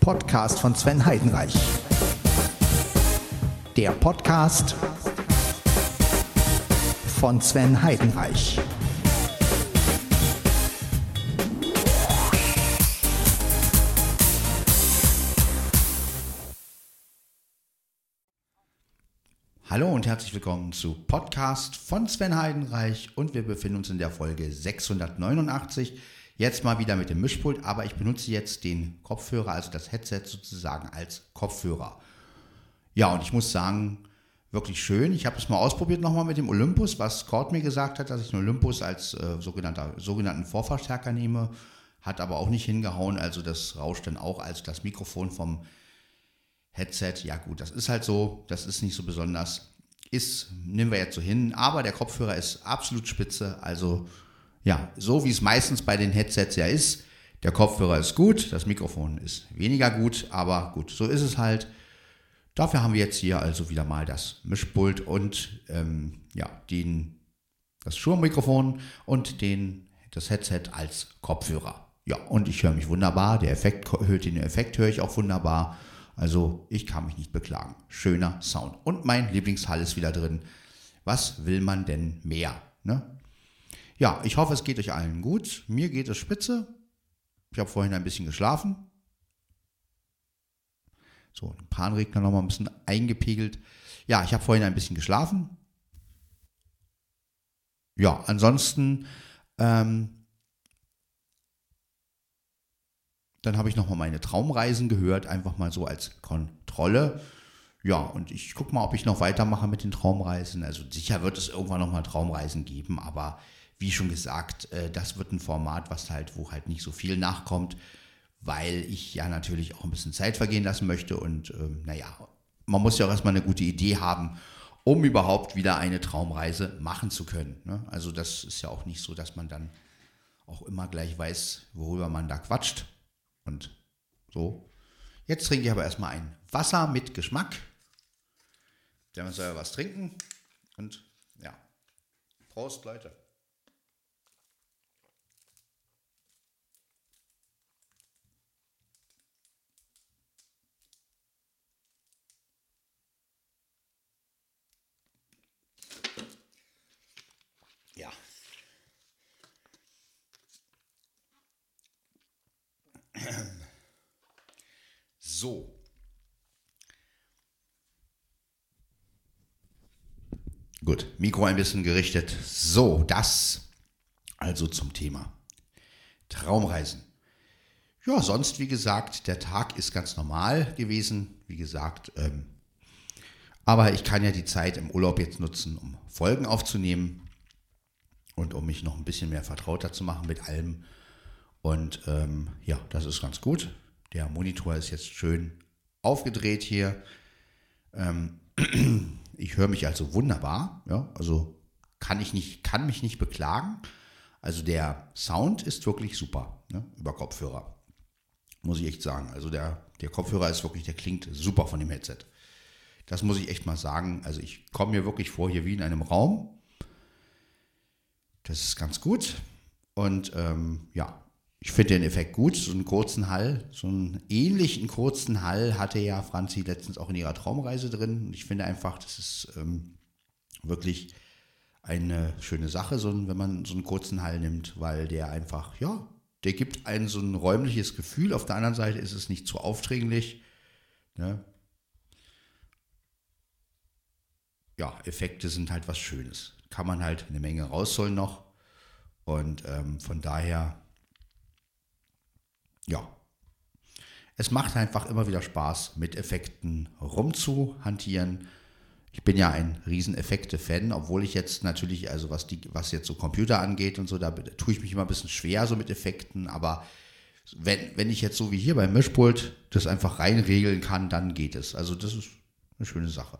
Podcast von Sven Heidenreich. Der Podcast von Sven Heidenreich. Hallo und herzlich willkommen zu Podcast von Sven Heidenreich und wir befinden uns in der Folge 689. Jetzt mal wieder mit dem Mischpult, aber ich benutze jetzt den Kopfhörer, also das Headset sozusagen als Kopfhörer. Ja, und ich muss sagen, wirklich schön. Ich habe es mal ausprobiert nochmal mit dem Olympus, was Cord mir gesagt hat, dass ich den Olympus als sogenannten Vorverstärker nehme, hat aber auch nicht hingehauen, also das rauscht dann auch als das Mikrofon vom Headset. Ja gut, das ist halt so, das ist nicht so besonders, nehmen wir jetzt so hin, aber der Kopfhörer ist absolut spitze, also ja, so wie es meistens bei den Headsets ja ist, der Kopfhörer ist gut, das Mikrofon ist weniger gut, aber gut, so ist es halt. Dafür haben wir jetzt hier also wieder mal das Mischpult und das Shure-Mikrofon und das Headset als Kopfhörer. Ja, und ich höre mich wunderbar, den Effekt höre ich auch wunderbar. Also ich kann mich nicht beklagen. Schöner Sound. Und mein Lieblingshall ist wieder drin. Was will man denn mehr? Ne? Ja, ich hoffe, es geht euch allen gut. Mir geht es spitze. Ich habe vorhin ein bisschen geschlafen. So, ein Panregner nochmal ein bisschen eingepegelt. Ja, ich habe vorhin ein bisschen geschlafen. Ja, ansonsten dann habe ich nochmal meine Traumreisen gehört, einfach mal so als Kontrolle. Ja, und ich gucke mal, ob ich noch weitermache mit den Traumreisen. Also sicher wird es irgendwann nochmal Traumreisen geben, aber wie schon gesagt, das wird ein Format, wo halt nicht so viel nachkommt, weil ich ja natürlich auch ein bisschen Zeit vergehen lassen möchte. Und man muss ja auch erstmal eine gute Idee haben, um überhaupt wieder eine Traumreise machen zu können. Ne? Also das ist ja auch nicht so, dass man dann auch immer gleich weiß, worüber man da quatscht. Und so. Jetzt trinke ich aber erstmal ein Wasser mit Geschmack. Der soll ja was trinken. Und ja, Prost, Leute. Ja. So. Gut, Mikro ein bisschen gerichtet. So, das also zum Thema Traumreisen. Ja, sonst wie gesagt, der Tag ist ganz normal gewesen, wie gesagt. Aber ich kann ja die Zeit im Urlaub jetzt nutzen, um Folgen aufzunehmen und um mich noch ein bisschen mehr vertrauter zu machen mit allem. Und das ist ganz gut. Der Monitor ist jetzt schön aufgedreht hier. Ich höre mich also wunderbar. Ja, also kann mich nicht beklagen. Also der Sound ist wirklich super, ne, über Kopfhörer. Muss ich echt sagen. Also der Kopfhörer ist wirklich, der klingt super von dem Headset. Das muss ich echt mal sagen. Also ich komme mir wirklich vor hier wie in einem Raum. Das ist ganz gut. Und ich finde den Effekt gut, so einen kurzen Hall, so einen ähnlichen kurzen Hall hatte ja Franzi letztens auch in ihrer Traumreise drin. Und ich finde einfach, das ist wirklich eine schöne Sache, wenn man so einen kurzen Hall nimmt, weil der einfach, der gibt einem so ein räumliches Gefühl. Auf der anderen Seite ist es nicht zu aufdringlich. Ne? Ja, Effekte sind halt was Schönes. Kann man halt eine Menge rausholen noch. Und von daher... Ja, es macht einfach immer wieder Spaß, mit Effekten rumzuhantieren. Ich bin ja ein riesen Effekte-Fan, obwohl ich jetzt natürlich, also was jetzt so Computer angeht und so, da tue ich mich immer ein bisschen schwer so mit Effekten, aber wenn ich jetzt so wie hier beim Mischpult das einfach reinregeln kann, dann geht es. Also das ist eine schöne Sache.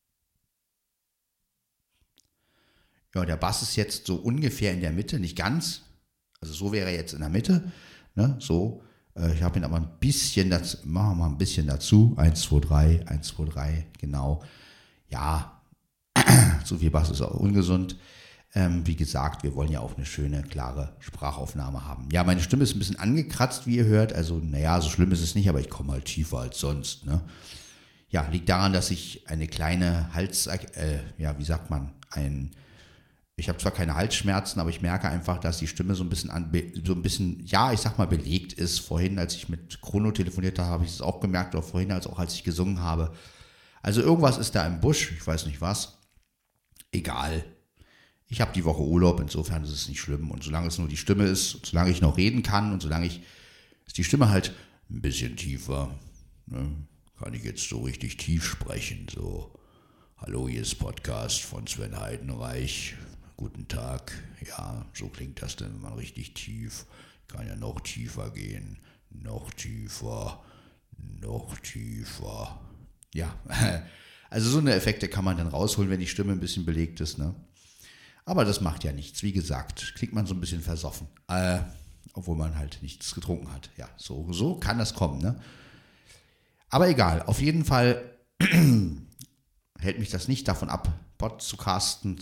Ja, der Bass ist jetzt so ungefähr in der Mitte, nicht ganz, also so wäre er jetzt in der Mitte, ne, so. Ich habe ihn aber ein bisschen dazu, machen wir mal ein bisschen dazu. 1, 2, 3, 1, 2, 3, genau. Ja, zu viel Bass ist auch ungesund. Wie gesagt, wir wollen ja auch eine schöne, klare Sprachaufnahme haben. Ja, meine Stimme ist ein bisschen angekratzt, wie ihr hört. Also, naja, so schlimm ist es nicht, aber ich komme halt tiefer als sonst. Ne? Ja, liegt daran, dass ich eine kleine wie sagt man, ich habe zwar keine Halsschmerzen, aber ich merke einfach, dass die Stimme so ein bisschen, ja, ich sag mal, belegt ist. Vorhin, als ich mit Chrono telefoniert habe, habe ich es auch gemerkt, oder vorhin, als ich gesungen habe. Also irgendwas ist da im Busch, ich weiß nicht was. Egal. Ich habe die Woche Urlaub, insofern ist es nicht schlimm. Und solange es nur die Stimme ist, solange ich noch reden kann und ist die Stimme halt ein bisschen tiefer, ne, kann ich jetzt so richtig tief sprechen. So, hallo, hier ist Podcast von Sven Heidenreich. Guten Tag. Ja, so klingt das denn, wenn man richtig tief, kann ja noch tiefer gehen. Noch tiefer, noch tiefer. Ja, also so eine Effekte kann man dann rausholen, wenn die Stimme ein bisschen belegt ist, ne? Aber das macht ja nichts. Wie gesagt, klingt man so ein bisschen versoffen. Obwohl man halt nichts getrunken hat. Ja, so kann das kommen, ne? Aber egal, auf jeden Fall hält mich das nicht davon ab, Pod zu casten,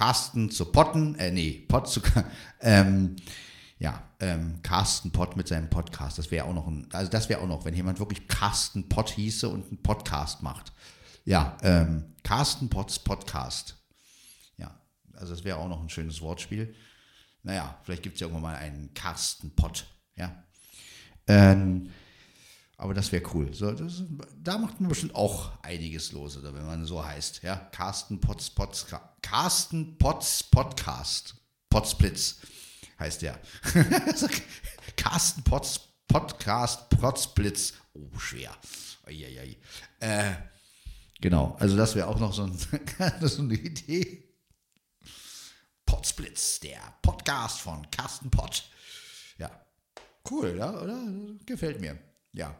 Carsten Pott mit seinem Podcast. Das wäre auch noch, wenn jemand wirklich Carsten Pott hieße und einen Podcast macht. Ja, Carsten Potts Podcast. Ja, also das wäre auch noch ein schönes Wortspiel. Naja, vielleicht gibt es ja irgendwann mal einen Carsten Pott. Ja. Aber das wäre cool. So, da macht man bestimmt auch einiges los, oder wenn man so heißt. Ja, Carsten Potts Podcast. Potzblitz heißt der. Carsten Potts Podcast Potzblitz. Oh, schwer. Eieiei. Genau, also das wäre auch noch so eine Idee. Potzblitz, der Podcast von Carsten Pott. Ja, cool, ja, oder? Gefällt mir. Ja.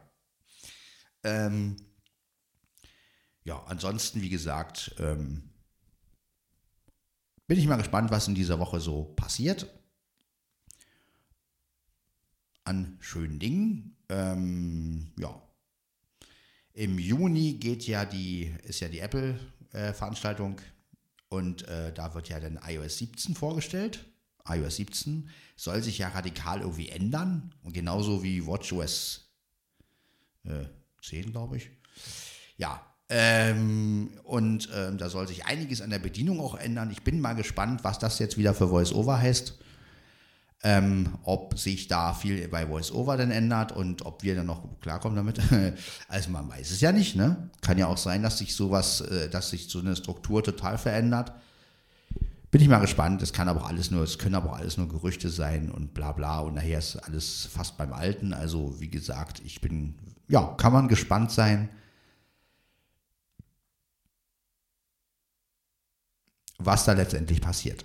Ja, ansonsten, wie gesagt, bin ich mal gespannt, was in dieser Woche so passiert. An schönen Dingen. Ja. Im Juni ist ja die Apple-Veranstaltung und da wird ja dann iOS 17 vorgestellt. iOS 17 soll sich ja radikal irgendwie ändern und genauso wie WatchOS 10, glaube ich. Ja, da soll sich einiges an der Bedienung auch ändern. Ich bin mal gespannt, was das jetzt wieder für VoiceOver heißt. Ob sich da viel bei VoiceOver denn ändert und ob wir dann noch klarkommen damit. Also man weiß es ja nicht, ne? Kann ja auch sein, dass sich so eine Struktur total verändert. Bin ich mal gespannt. Es können aber auch alles nur Gerüchte sein und bla bla und nachher ist alles fast beim Alten. Also wie gesagt, kann man gespannt sein, was da letztendlich passiert.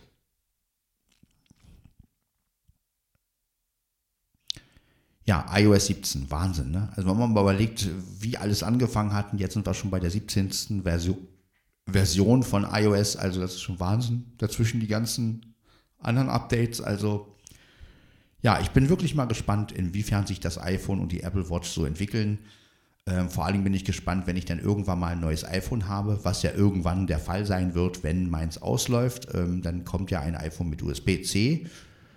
Ja, iOS 17, Wahnsinn, ne? Also wenn man mal überlegt, wie alles angefangen hat, und jetzt sind wir schon bei der 17. Version von iOS, also das ist schon Wahnsinn. Dazwischen die ganzen anderen Updates, also ja, ich bin wirklich mal gespannt, inwiefern sich das iPhone und die Apple Watch so entwickeln. Vor allem bin ich gespannt, wenn ich dann irgendwann mal ein neues iPhone habe, was ja irgendwann der Fall sein wird, wenn meins ausläuft. Dann kommt ja ein iPhone mit USB-C.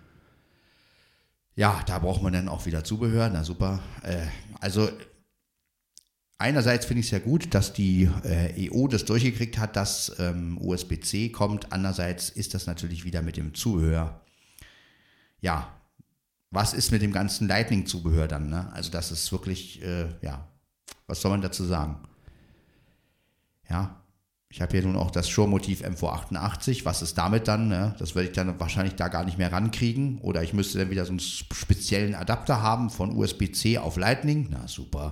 Ja, da braucht man dann auch wieder Zubehör. Na super. Also einerseits finde ich es ja gut, dass die EU das durchgekriegt hat, dass USB-C kommt. Andererseits ist das natürlich wieder mit dem Zubehör. Ja, was ist mit dem ganzen Lightning-Zubehör dann? Ne? Also das ist wirklich, was soll man dazu sagen? Ja, ich habe hier nun auch das Shure-Motiv MV88. Was ist damit dann? Ne? Das werde ich dann wahrscheinlich da gar nicht mehr rankriegen. Oder ich müsste dann wieder so einen speziellen Adapter haben von USB-C auf Lightning. Na super.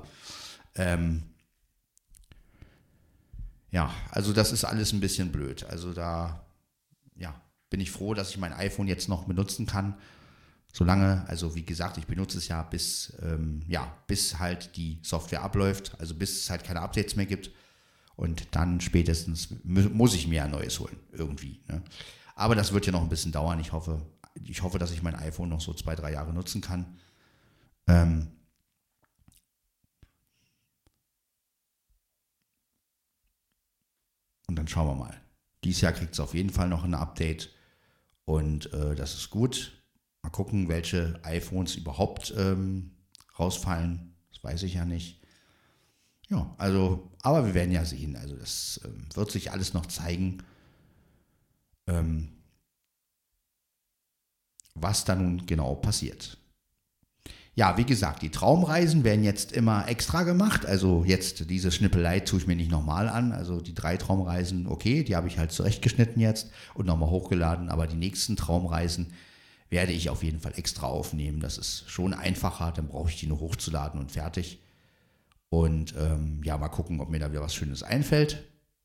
Ja, also das ist alles ein bisschen blöd. Also da, ja, bin ich froh, dass ich mein iPhone jetzt noch benutzen kann. Solange, also wie gesagt, ich benutze es ja bis halt die Software abläuft, also bis es halt keine Updates mehr gibt. Und dann spätestens muss ich mir ein neues holen, irgendwie. Ne? Aber das wird ja noch ein bisschen dauern. Ich hoffe, dass ich mein iPhone noch so 2-3 Jahre nutzen kann. Und dann schauen wir mal. Dieses Jahr kriegt es auf jeden Fall noch ein Update. Und das ist gut. Mal gucken, welche iPhones überhaupt rausfallen. Das weiß ich ja nicht. Ja, also, aber wir werden ja sehen. Also das wird sich alles noch zeigen, was da nun genau passiert. Ja, wie gesagt, die Traumreisen werden jetzt immer extra gemacht. Also jetzt diese Schnippelei tue ich mir nicht nochmal an. Also die 3 Traumreisen, okay, die habe ich halt zurechtgeschnitten jetzt und nochmal hochgeladen. Aber die nächsten Traumreisen werde ich auf jeden Fall extra aufnehmen. Das ist schon einfacher, dann brauche ich die nur hochzuladen und fertig. Und ja, mal gucken, ob mir da wieder was Schönes einfällt.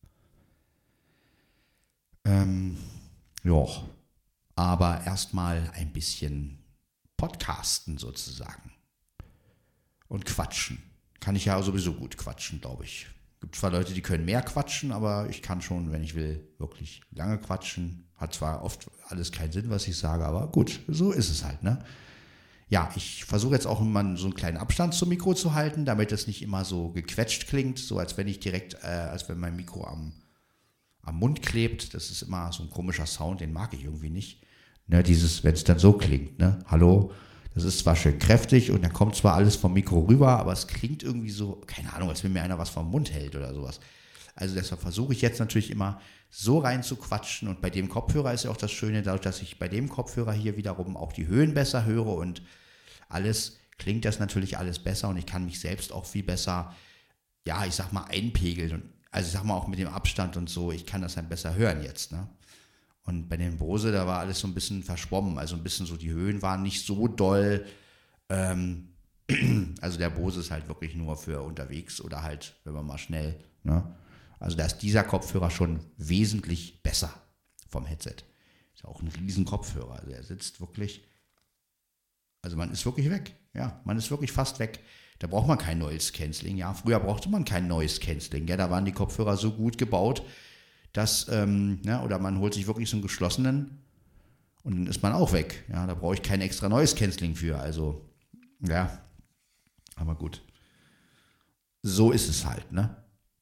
Ja, aber erstmal ein bisschen Podcasten sozusagen. Und quatschen. Kann ich ja sowieso gut quatschen, glaube ich. Gibt zwar Leute, die können mehr quatschen, aber ich kann schon, wenn ich will, wirklich lange quatschen. Hat zwar oft alles keinen Sinn, was ich sage, aber gut, so ist es halt, ne? Ja, ich versuche jetzt auch immer so einen kleinen Abstand zum Mikro zu halten, damit es nicht immer so gequetscht klingt, so als wenn ich direkt, als wenn mein Mikro am Mund klebt. Das ist immer so ein komischer Sound, den mag ich irgendwie nicht. Ne, dieses, wenn es dann so klingt, ne? Hallo, das ist zwar schön kräftig und dann kommt zwar alles vom Mikro rüber, aber es klingt irgendwie so, keine Ahnung, als wenn mir einer was vom Mund hält oder sowas. Also deshalb versuche ich jetzt natürlich immer so rein zu quatschen und bei dem Kopfhörer ist ja auch das Schöne, dadurch, dass ich bei dem Kopfhörer hier wiederum auch die Höhen besser höre und alles, klingt das natürlich alles besser und ich kann mich selbst auch viel besser, ja, ich sag mal, einpegeln. Und, also ich sag mal auch mit dem Abstand und so, ich kann das dann besser hören jetzt, ne? Und bei den Bose, da war alles so ein bisschen verschwommen, also ein bisschen so, die Höhen waren nicht so doll. Also der Bose ist halt wirklich nur für unterwegs oder halt, wenn man mal schnell, ne? Also da ist dieser Kopfhörer schon wesentlich besser vom Headset. Ist ja auch ein riesen Kopfhörer, also er sitzt wirklich, also man ist wirklich weg, ja, man ist wirklich fast weg. Da braucht man kein Noise Cancelling, ja, früher brauchte man kein Noise Cancelling, ja, da waren die Kopfhörer so gut gebaut, dass, ja, oder man holt sich wirklich so einen geschlossenen und dann ist man auch weg. Ja, da brauche ich kein extra Noise Cancelling für. Also, ja, aber gut. So ist es halt, ne?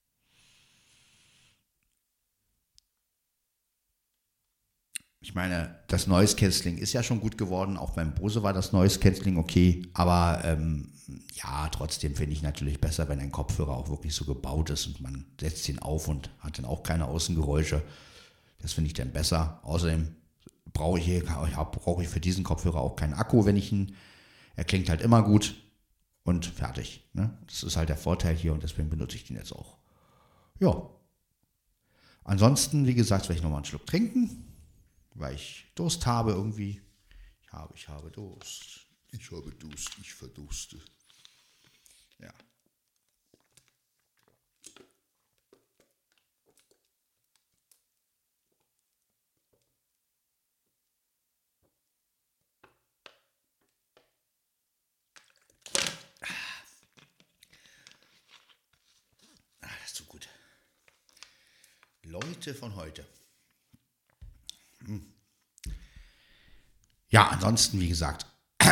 Ich meine, das Noise Cancelling ist ja schon gut geworden. Auch beim Bose war das Noise Cancelling okay. Aber ja, trotzdem finde ich natürlich besser, wenn ein Kopfhörer auch wirklich so gebaut ist und man setzt ihn auf und hat dann auch keine Außengeräusche. Das finde ich dann besser. Außerdem brauche ich für diesen Kopfhörer auch keinen Akku, er klingt halt immer gut und fertig. Ne? Das ist halt der Vorteil hier und deswegen benutze ich den jetzt auch. Ja. Ansonsten, wie gesagt, werde ich nochmal einen Schluck trinken, weil ich Durst habe irgendwie. Ich habe Durst. Ich habe Durst, ich verdurste. Ja. Das ist so gut. Leute von heute. Ja, ansonsten, wie gesagt,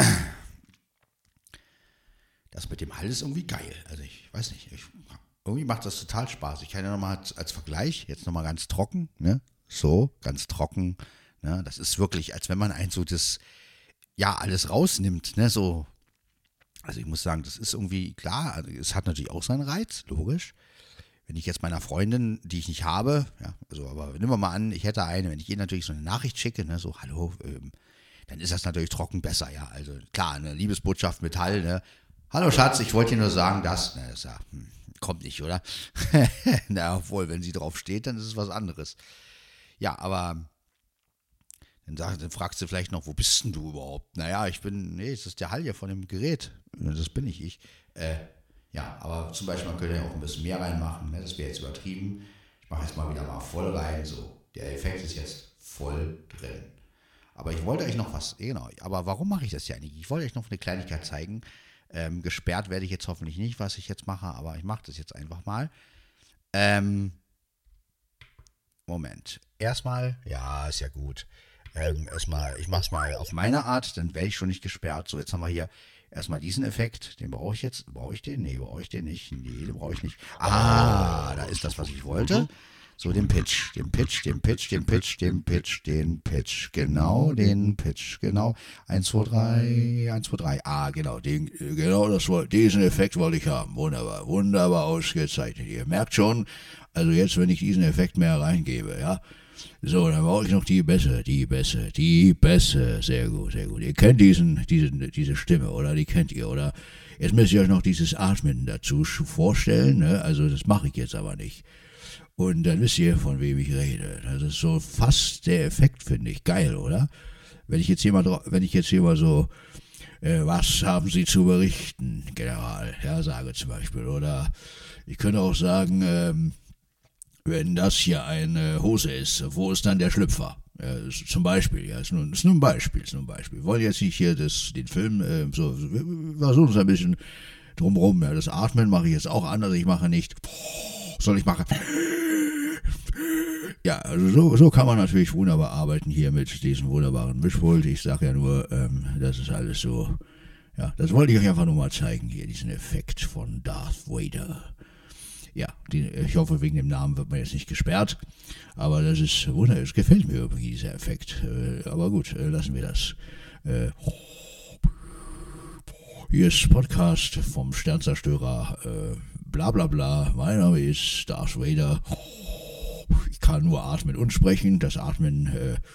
das mit dem Hall ist irgendwie geil. Also ich weiß nicht, irgendwie macht das total Spaß. Ich kann ja nochmal als Vergleich, jetzt nochmal ganz trocken, ne? So, ganz trocken. Ne? Das ist wirklich, als wenn man so das, ja, alles rausnimmt, ne? So, also ich muss sagen, das ist irgendwie, klar, also es hat natürlich auch seinen Reiz, logisch. Wenn ich jetzt meiner Freundin, die ich nicht habe, ja, also aber nehmen wir mal an, ich hätte eine, wenn ich ihr natürlich so eine Nachricht schicke, ne, so, hallo, dann ist das natürlich trocken besser, ja. Also klar, eine Liebesbotschaft mit Hall, ne? Hallo Schatz, ich wollte dir nur sagen, dass, ne, das ja, kommt nicht, oder? Na, obwohl, wenn sie drauf steht, dann ist es was anderes. Ja, aber dann fragst du vielleicht noch, wo bist denn du überhaupt? Naja, nee, es ist der Hall hier von dem Gerät. Das bin nicht ich. Ja, aber zum Beispiel, man könnte ja auch ein bisschen mehr reinmachen, ne? Das wäre jetzt übertrieben. Ich mache jetzt mal wieder mal voll rein, so. Der Effekt ist jetzt voll drin. Aber ich wollte euch noch was, genau, aber warum mache ich das ja nicht? Ich wollte euch noch eine Kleinigkeit zeigen. Gesperrt werde ich jetzt hoffentlich nicht, was ich jetzt mache, aber ich mache das jetzt einfach mal. Moment. Erstmal, ja, ist ja gut. Erstmal, ich mache es mal auf meine Art, dann werde ich schon nicht gesperrt. So, jetzt haben wir hier erstmal diesen Effekt. Den brauche ich jetzt. Brauche ich den? Nee, brauche ich den nicht. Nee, den brauche ich nicht. Ah, da ist das, was ich wollte. So den Pitch. Genau, den Pitch. Genau. 1, 2, 3, 1, 2, 3. Ah, genau. Diesen Effekt wollte ich haben. Wunderbar. Wunderbar ausgezeichnet. Ihr merkt schon, also jetzt, wenn ich diesen Effekt mehr reingebe, ja. So, dann brauche ich noch die Bässe. Sehr gut. Ihr kennt diese Stimme, oder? Die kennt ihr, oder? Jetzt müsst ihr euch noch dieses Atmen dazu vorstellen, ne? Also das mache ich jetzt aber nicht. Und dann wisst ihr, von wem ich rede. Das ist so fast der Effekt, finde ich. Geil, oder? Wenn ich jetzt hier mal so, was haben Sie zu berichten, General? Ja, sage zum Beispiel. Oder ich könnte auch sagen, wenn das hier eine Hose ist, wo ist dann der Schlüpfer? Zum Beispiel, ja, ist nur ein Beispiel. Wir wollen jetzt nicht hier den Film, wir versuchen es ein bisschen drumherum. Ja. Das Atmen mache ich jetzt auch anders. Ich mache nicht, soll ich machen? Ja, also so kann man natürlich wunderbar arbeiten hier mit diesem wunderbaren Mischpult. Ich sage ja nur, das ist alles so, ja, das wollte ich euch einfach nur mal zeigen hier, diesen Effekt von Darth Vader. Ja, ich hoffe, wegen dem Namen wird man jetzt nicht gesperrt, aber das ist wunderbar, es gefällt mir irgendwie, dieser Effekt. Aber gut, lassen wir das. Hier ist Podcast vom Sternzerstörer, bla bla bla, mein Name ist Darth Vader. Ich kann nur atmen und sprechen, das Atmen,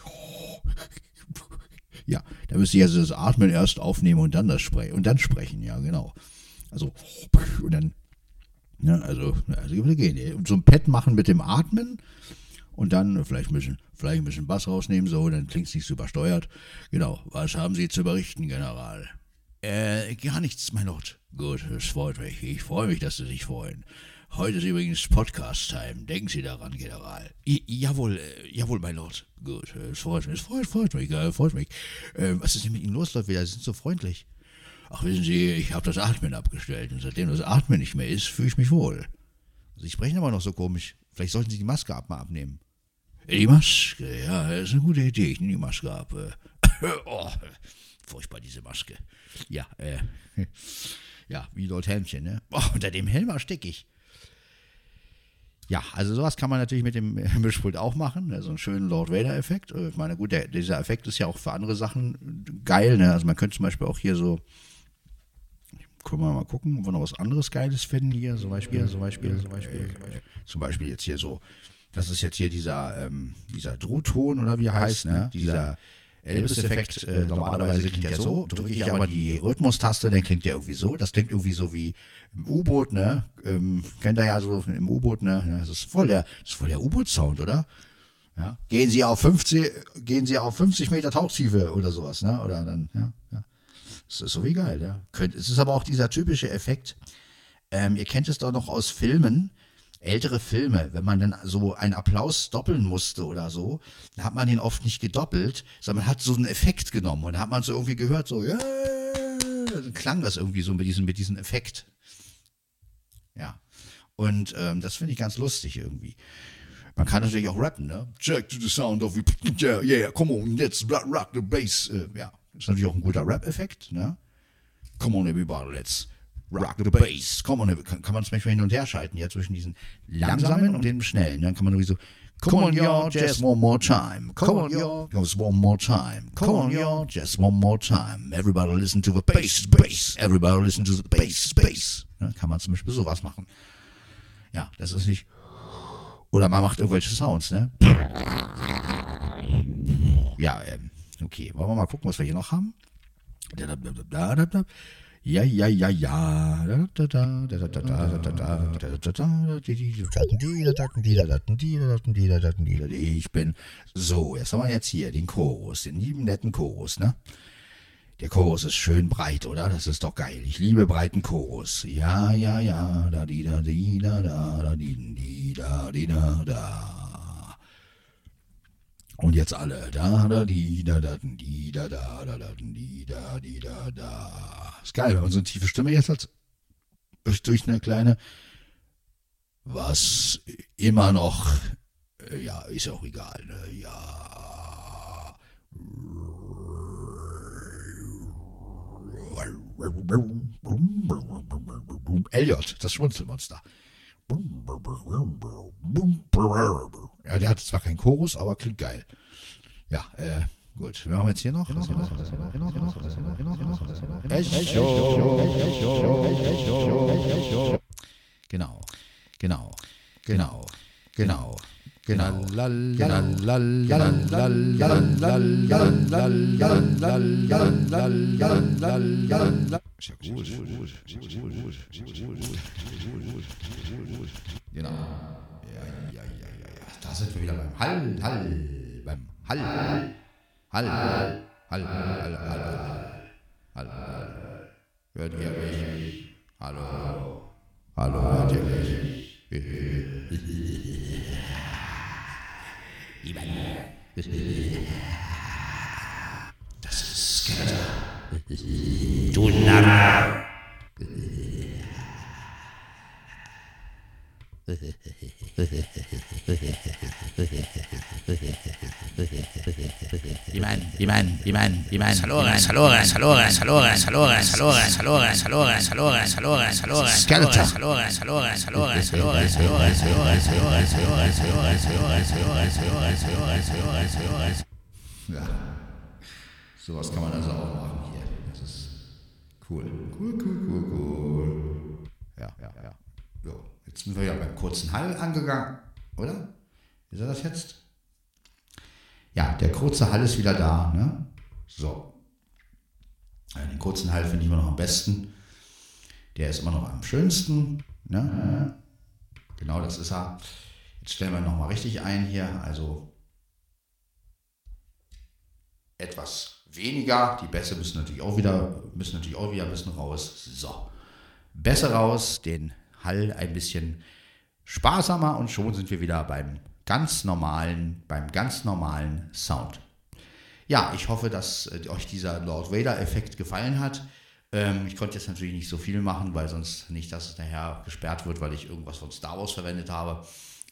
ja, da müsste ich also das Atmen erst aufnehmen und dann sprechen, ja, genau. Also, und dann, ja, also gehen. Und so ein Pad machen mit dem Atmen und dann vielleicht ein bisschen Bass rausnehmen, so, dann klingt es nicht so übersteuert. Genau, was haben Sie zu berichten, General? Gar nichts, mein Lord. Gut, das freut mich. Ich freue mich, dass Sie sich freuen. Heute ist übrigens Podcast-Time. Denken Sie daran, General. Jawohl, mein Lord. Gut, es freut mich. Was ist denn mit Ihnen los, Leute? Sie sind so freundlich. Ach, wissen Sie, ich habe das Atmen abgestellt und seitdem das Atmen nicht mehr ist, fühle ich mich wohl. Sie sprechen aber noch so komisch. Vielleicht sollten Sie die Maske mal abnehmen. Die Maske, ja, das ist eine gute Idee. Ich nehme die Maske ab. Oh, furchtbar, diese Maske. Ja, ja, wie Lord Helmchen, ne? Oh, unter dem Helm erstick ich. Ja, also sowas kann man natürlich mit dem Mischpult auch machen, ne? So einen schönen Lord Vader-Effekt. Ich meine, gut, dieser Effekt ist ja auch für andere Sachen geil, ne? Also man könnte zum Beispiel auch hier so, können wir mal gucken, ob wir noch was anderes Geiles finden hier, zum Beispiel jetzt hier so, das ist jetzt hier dieser Druton oder wie er heißt, ne? Dieser Elvis-Effekt, normalerweise klingt der so, drücke ich aber die Rhythmustaste, dann klingt der irgendwie so, das klingt irgendwie so wie im U-Boot, ne? Kennt ihr ja so im U-Boot, ne? Ja, das ist voll der U-Boot-Sound, oder? Ja? Gehen Sie auf 50 Meter Tauchtiefe oder sowas, ne? Oder dann, ja. Das ist so wie geil, ja. Es ist aber auch dieser typische Effekt, ihr kennt es doch noch aus Filmen, ältere Filme, wenn man dann so einen Applaus doppeln musste oder so, dann hat man den oft nicht gedoppelt, sondern man hat so einen Effekt genommen und dann hat man so irgendwie gehört, so, ja, dann klang das irgendwie so mit diesem Effekt. Ja, und das finde ich ganz lustig irgendwie. Man kann natürlich auch rappen, ne? Check to the sound of, yeah, come on, let's rock the bass. Ja, ist natürlich auch ein guter Rap-Effekt, ne? Come on everybody, let's rock the bass. Come on, kann man zum Beispiel hin und her schalten, ja, zwischen diesen langsamen und den schnellen. Dann kann man irgendwie so, come on, y'all, just one more time. Come on, y'all, just one more time. Come on, y'all, just one more time. Everybody listen to the bass. Everybody listen to the bass. Ja, kann man zum Beispiel sowas machen. Ja, das ist nicht... Oder man macht irgendwelche Sounds, ne? Ja, okay. Wollen wir mal gucken, was wir hier noch haben? Ja. Ich bin so, jetzt haben wir jetzt hier den Chorus, den lieben netten Chorus, ne? Der Chorus ist schön breit, oder? Das ist doch geil. Ich liebe breiten Chorus. Ja, da di da di da da di da. Und jetzt alle. Da di da di da di da. Ist geil, wenn man so eine tiefe Stimme jetzt hat. Durch eine kleine. Was immer noch. Ja, ist auch egal, ne? Ja. Elliot, das Schmunzelmonster. Ja, der hat zwar keinen Chorus, aber klingt geil. Ja, gut. Wir haben jetzt hier noch. Genau. Genau. Ja. Da sind wir wieder beim Hall. Hört ihr mich? Hallo, hört ihr mich? Das ist Skeletor. Du Narr! Ja, sowas kann man also auch machen hier. Das ist cool. Ja. So, jetzt sind wir ja beim kurzen Hall angegangen, oder? Ist er das jetzt? Ja, der kurze Hall ist wieder da, ne? So. Den kurzen Hall finde ich immer noch am besten. Der ist immer noch am schönsten, ne? Genau, das ist er. Jetzt stellen wir nochmal richtig ein hier, also etwas weniger. Die Bässe müssen natürlich auch wieder ein bisschen raus. So. Bässe raus, den Hall ein bisschen sparsamer und schon sind wir wieder beim ganz normalen Sound. Ja, ich hoffe, dass euch dieser Lord Vader-Effekt gefallen hat. Ich konnte jetzt natürlich nicht so viel machen, weil sonst nicht, dass es nachher gesperrt wird, weil ich irgendwas von Star Wars verwendet habe.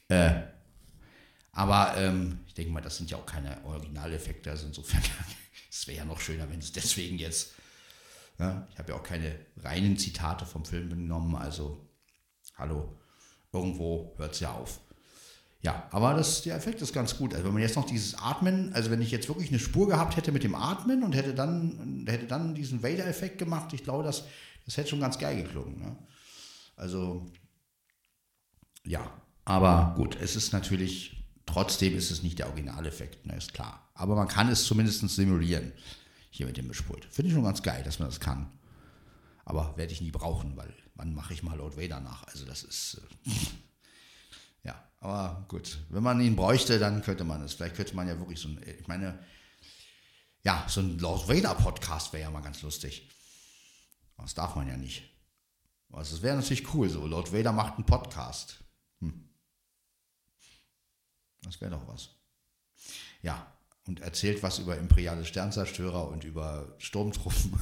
Aber ich denke mal, das sind ja auch keine Originaleffekte, also insofern es wäre ja noch schöner, wenn es deswegen jetzt, ja, ich habe ja auch keine reinen Zitate vom Film genommen, also hallo, irgendwo hört es ja auf. Ja, aber der Effekt ist ganz gut. Also wenn man jetzt noch dieses Atmen, also wenn ich jetzt wirklich eine Spur gehabt hätte mit dem Atmen und hätte dann diesen Vader-Effekt gemacht, ich glaube, das hätte schon ganz geil geklungen. Ne? Also, ja, aber gut, trotzdem ist es nicht der Originaleffekt, ne, ist klar. Aber man kann es zumindest simulieren, hier mit dem Mischpult. Finde ich schon ganz geil, dass man das kann. Aber werde ich nie brauchen, weil wann mache ich mal Lord Vader nach? Also das ist, ja, aber gut. Wenn man ihn bräuchte, dann könnte man es. Vielleicht könnte man ja wirklich so ein Lord Vader Podcast wäre ja mal ganz lustig. Das darf man ja nicht. Also es wäre natürlich cool, so Lord Vader macht einen Podcast. Das wäre doch was. Ja, und erzählt was über imperiale Sternzerstörer und über Sturmtruppen.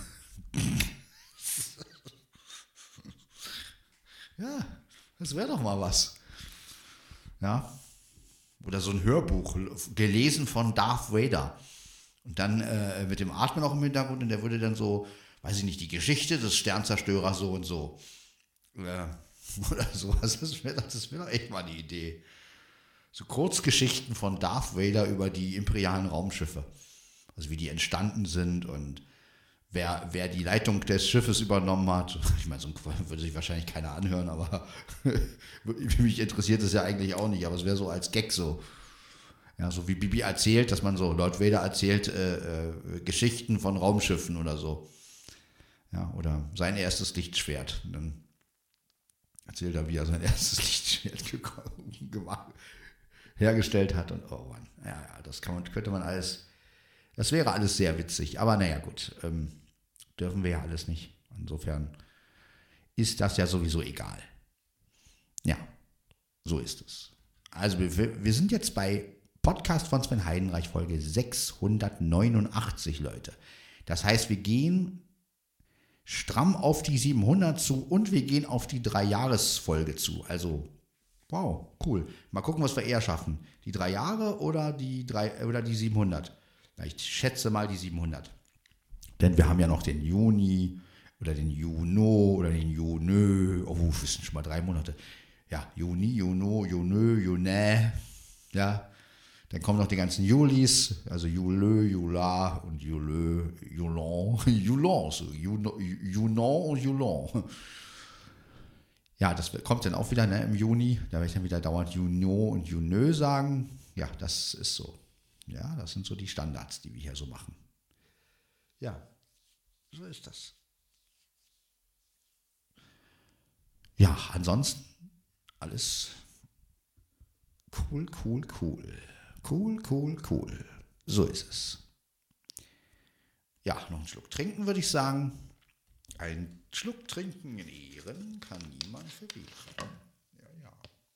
Ja, das wäre doch mal was. Ja. Oder so ein Hörbuch, gelesen von Darth Vader. Und dann mit dem Atmen auch im Hintergrund und der würde dann so, weiß ich nicht, die Geschichte des Sternzerstörers so und so. Oder sowas. Das wäre doch echt mal eine Idee. So Kurzgeschichten von Darth Vader über die imperialen Raumschiffe. Also wie die entstanden sind und wer die Leitung des Schiffes übernommen hat. Ich meine, so würde sich wahrscheinlich keiner anhören, aber mich interessiert es ja eigentlich auch nicht. Aber es wäre so als Gag so. Ja, so wie Bibi erzählt, dass man so, Lord Vader erzählt Geschichten von Raumschiffen oder so. Ja, oder sein erstes Lichtschwert. Und dann erzählt er, wie er sein erstes Lichtschwert hergestellt hat. Und oh Mann, ja, könnte man alles, das wäre alles sehr witzig. Aber naja, gut, dürfen wir ja alles nicht. Insofern ist das ja sowieso egal. Ja, so ist es. Also wir sind jetzt bei Podcast von Sven Heidenreich, Folge 689, Leute. Das heißt, wir gehen stramm auf die 700 zu und wir gehen auf die 3-Jahres-Folge zu. Also, wow, cool. Mal gucken, was wir eher schaffen. Die 3 Jahre oder die 700? Na, ich schätze mal die 700. Denn wir haben ja noch den Juni oder den Juno oder den Junö. Oh, das sind schon mal 3 Monate. ja, Juni, Juno, Junö, Junä, ja. Dann kommen noch die ganzen Julis, also Julö, Jula und Julö, Julon, Julon, so, Junon und Julon. Ja, das kommt dann auch wieder, ne, im Juni. Da werde ich dann wieder dauernd Juno und Junö sagen. Ja, das ist so. Ja, das sind so die Standards, die wir hier so machen. Ja, so ist das. Ja, ansonsten alles cool, cool, cool. Cool, cool, cool. So ist es. Ja, noch einen Schluck trinken, würde ich sagen. Ein Schluck trinken in Ehren kann niemand verwehren. Ja, ja.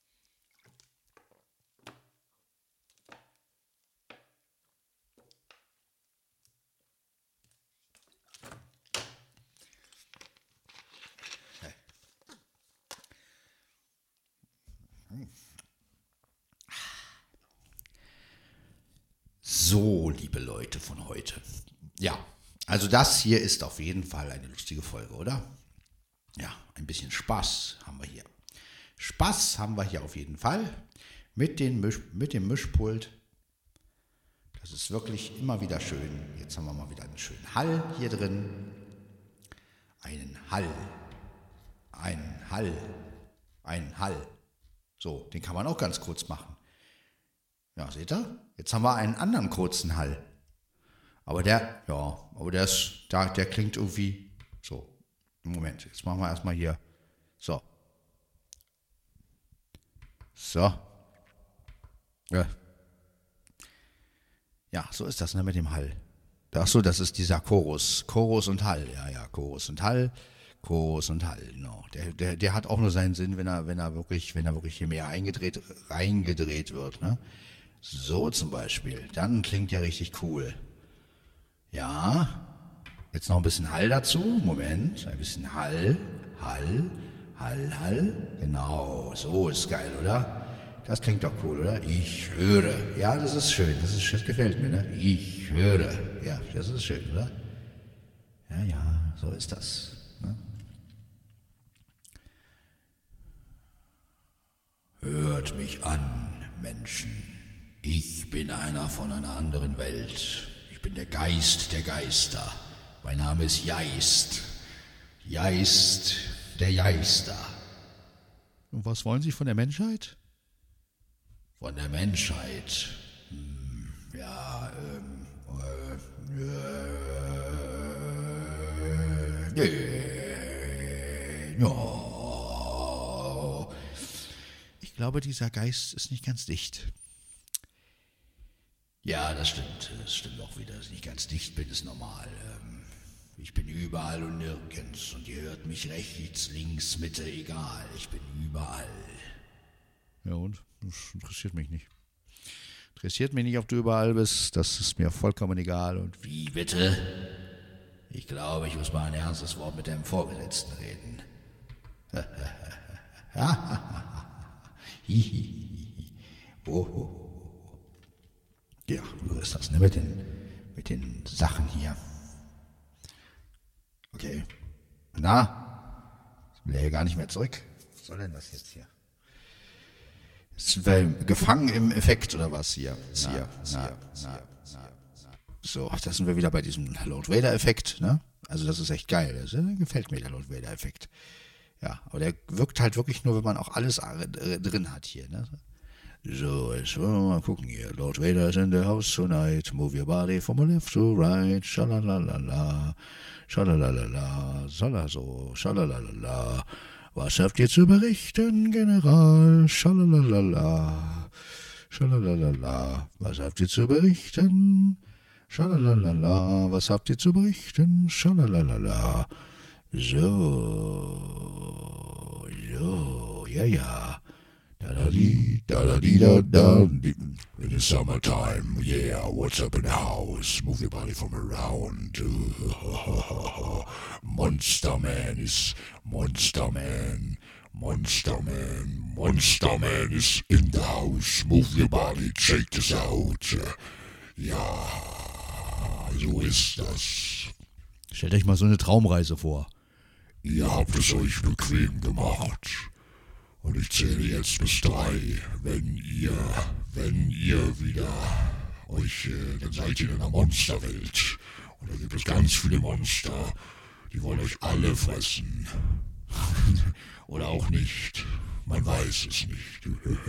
So, liebe Leute von heute. Ja, also das hier ist auf jeden Fall eine lustige Folge, oder? Ja, ein bisschen Spaß haben wir hier. Spaß haben wir hier auf jeden Fall mit dem Mischpult. Das ist wirklich immer wieder schön. Jetzt haben wir mal wieder einen schönen Hall hier drin. Einen Hall. Einen Hall. Einen Hall. So, den kann man auch ganz kurz machen. Ja, seht ihr? Jetzt haben wir einen anderen kurzen Hall. Aber der klingt irgendwie so. Moment, jetzt machen wir erstmal hier. So. So. Ja, so ist das, ne, mit dem Hall. Ach so, das ist dieser Chorus. Chorus und Hall. Ja, Chorus und Hall. Chorus und Hall, genau. Der hat auch nur seinen Sinn, wenn er wirklich hier mehr reingedreht wird, ne? So zum Beispiel. Dann klingt ja richtig cool. Ja. Jetzt noch ein bisschen Hall dazu. Moment. Ein bisschen Hall. Hall. Hall, Hall. Genau. So ist geil, oder? Das klingt doch cool, oder? Ich höre. Ja, das ist schön. Das gefällt mir, ne? Ich höre. Ja, das ist schön, oder? Ja, so ist das. Ne? Hört mich an, Menschen. Ich bin einer von einer anderen Welt. Ich bin der Geist der Geister. Mein Name ist Geist. Geist der Geister. Und was wollen Sie von der Menschheit? Von der Menschheit? Ich glaube, dieser Geist ist nicht ganz dicht. Ja, das stimmt. Das stimmt auch wieder, dass ich nicht ganz dicht bin, ist normal. Ich bin überall und nirgends und ihr hört mich rechts, links, Mitte, egal. Ich bin überall. Ja und? Das interessiert mich nicht. Interessiert mich nicht, ob du überall bist. Das ist mir vollkommen egal. Und wie bitte? Ich glaube, ich muss mal ein ernstes Wort mit deinem Vorgesetzten reden. Oh. Ja, so ist das, ne? Mit den Sachen hier. Okay. Na? Ich will ja gar nicht mehr zurück. Was soll denn das jetzt hier? Sind wir gefangen im Effekt oder was hier? So, da sind wir wieder bei diesem Lord Vader-Effekt, ne? Also das ist echt geil. Das gefällt mir, der Lord Vader-Effekt. Ja, aber der wirkt halt wirklich nur, wenn man auch alles drin hat hier, ne? So, jetzt wollen wir mal gucken hier. Lord Vader is in the house tonight. Move your body from left to right. Schalalala. Schalalala. Schalalala. Was habt ihr zu berichten, General? Schalalala. Schalalala. Was habt ihr zu berichten? Schalalala. Was habt ihr zu berichten? Schalalala. So, ja. Da-da-dee, da-da-dee-da-da. In the summertime, yeah, what's up in the house? Move your body from around. Monster Man is in the house. Move your body, check this out. Ja, so ist das. Stellt euch mal so eine Traumreise vor. Ihr habt es euch bequem gemacht. Und ich zähle jetzt bis 3. Wenn ihr wieder euch, dann seid ihr in einer Monsterwelt. Und da gibt es ganz viele Monster, die wollen euch alle fressen. Oder auch nicht. Man weiß es nicht.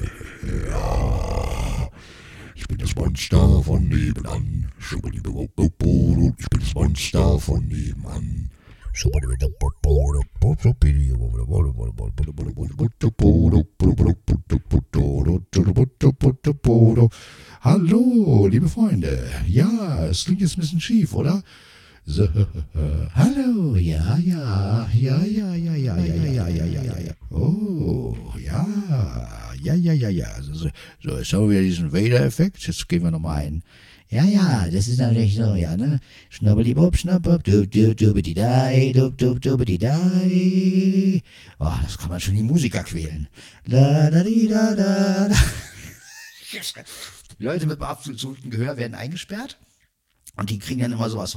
Ja. Ich bin das Monster von nebenan. Ich bin das Monster von nebenan. Hallo, liebe Freunde. Ja, es klingt jetzt ein bisschen schief, oder? So, hallo, ja. Oh, ja. So, jetzt haben wir wieder diesen Vader-Effekt. Jetzt gehen wir nochmal ein. Ja, das ist natürlich so, ja, ne? Schnubbelibub, schnubbub, dubididai, dubididai. Oh, das kann man schon die Musiker quälen. La da di da da. Die Leute mit dem absoluten Gehör werden eingesperrt und die kriegen dann immer sowas.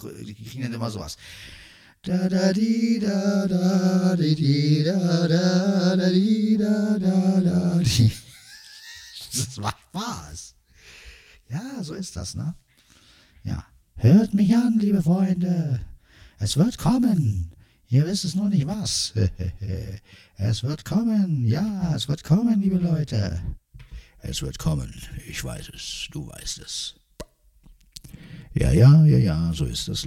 Da da di da da di da da da di da da da di. Das macht Spaß. Ja, so ist das, ne? Ja. Hört mich an, liebe Freunde. Es wird kommen. Ihr wisst es nur nicht was. Es wird kommen. Ja, es wird kommen, liebe Leute. Es wird kommen. Ich weiß es. Du weißt es. Ja, so ist das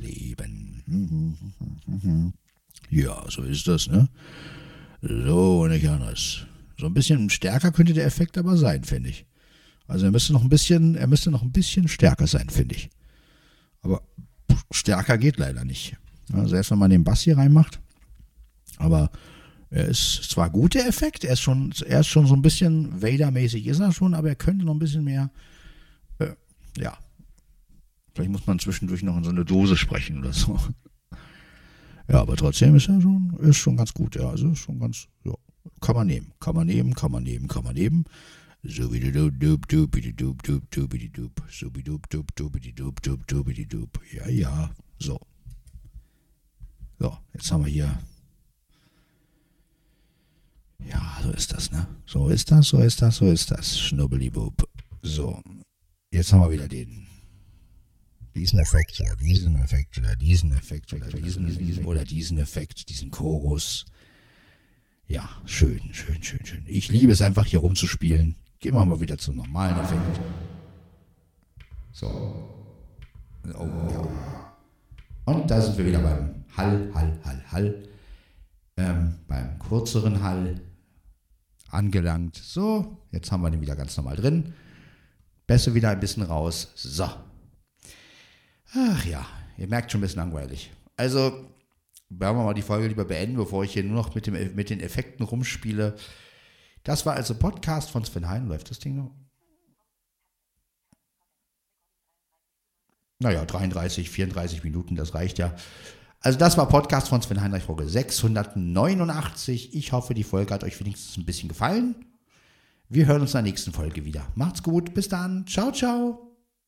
Leben. Ja, so ist das, ne? So, nicht anders. So ein bisschen stärker könnte der Effekt aber sein, finde ich. Also er müsste noch ein bisschen stärker sein, finde ich. Aber stärker geht leider nicht. Also erst wenn man den Bass hier reinmacht. Aber er ist zwar gut, der Effekt, er ist schon so ein bisschen Vader-mäßig ist er schon, aber er könnte noch ein bisschen mehr, ja. Vielleicht muss man zwischendurch noch in so eine Dose sprechen oder so. Ja, aber trotzdem ist er schon ganz gut, ja. Also ist schon ganz, ja. Kann man nehmen. Ja, so. Ja, jetzt haben wir hier. Ja, so ist das, ne? So ist das. Schnubbelibub. So, jetzt haben wir wieder diesen Effekt, diesen Chorus. Ja, schön. Ich liebe es einfach, hier rumzuspielen. Gehen wir mal wieder zum normalen Effekt. So. Oh, ja. Und da sind wir wieder beim Hall. Beim kürzeren Hall angelangt. So, jetzt haben wir den wieder ganz normal drin. Bässe wieder ein bisschen raus. So. Ach ja, ihr merkt schon ein bisschen langweilig. Also, werden wir mal die Folge lieber beenden, bevor ich hier nur noch mit den Effekten rumspiele. Das war also Podcast von Sven Hein. Läuft das Ding noch? Naja, 33, 34 Minuten, das reicht ja. Also das war Podcast von Sven Heinrich, Folge 689. Ich hoffe, die Folge hat euch wenigstens ein bisschen gefallen. Wir hören uns in der nächsten Folge wieder. Macht's gut, bis dann. Ciao, ciao.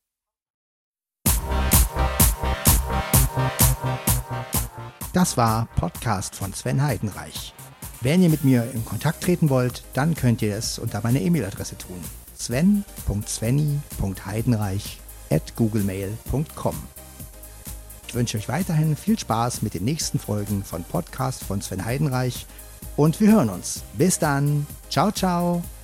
Das war Podcast von Sven Heidenreich. Wenn ihr mit mir in Kontakt treten wollt, dann könnt ihr es unter meiner E-Mail-Adresse tun. sven.svenny.heidenreich@googlemail.com. Ich wünsche euch weiterhin viel Spaß mit den nächsten Folgen von Podcast von Sven Heidenreich und wir hören uns. Bis dann. Ciao, ciao.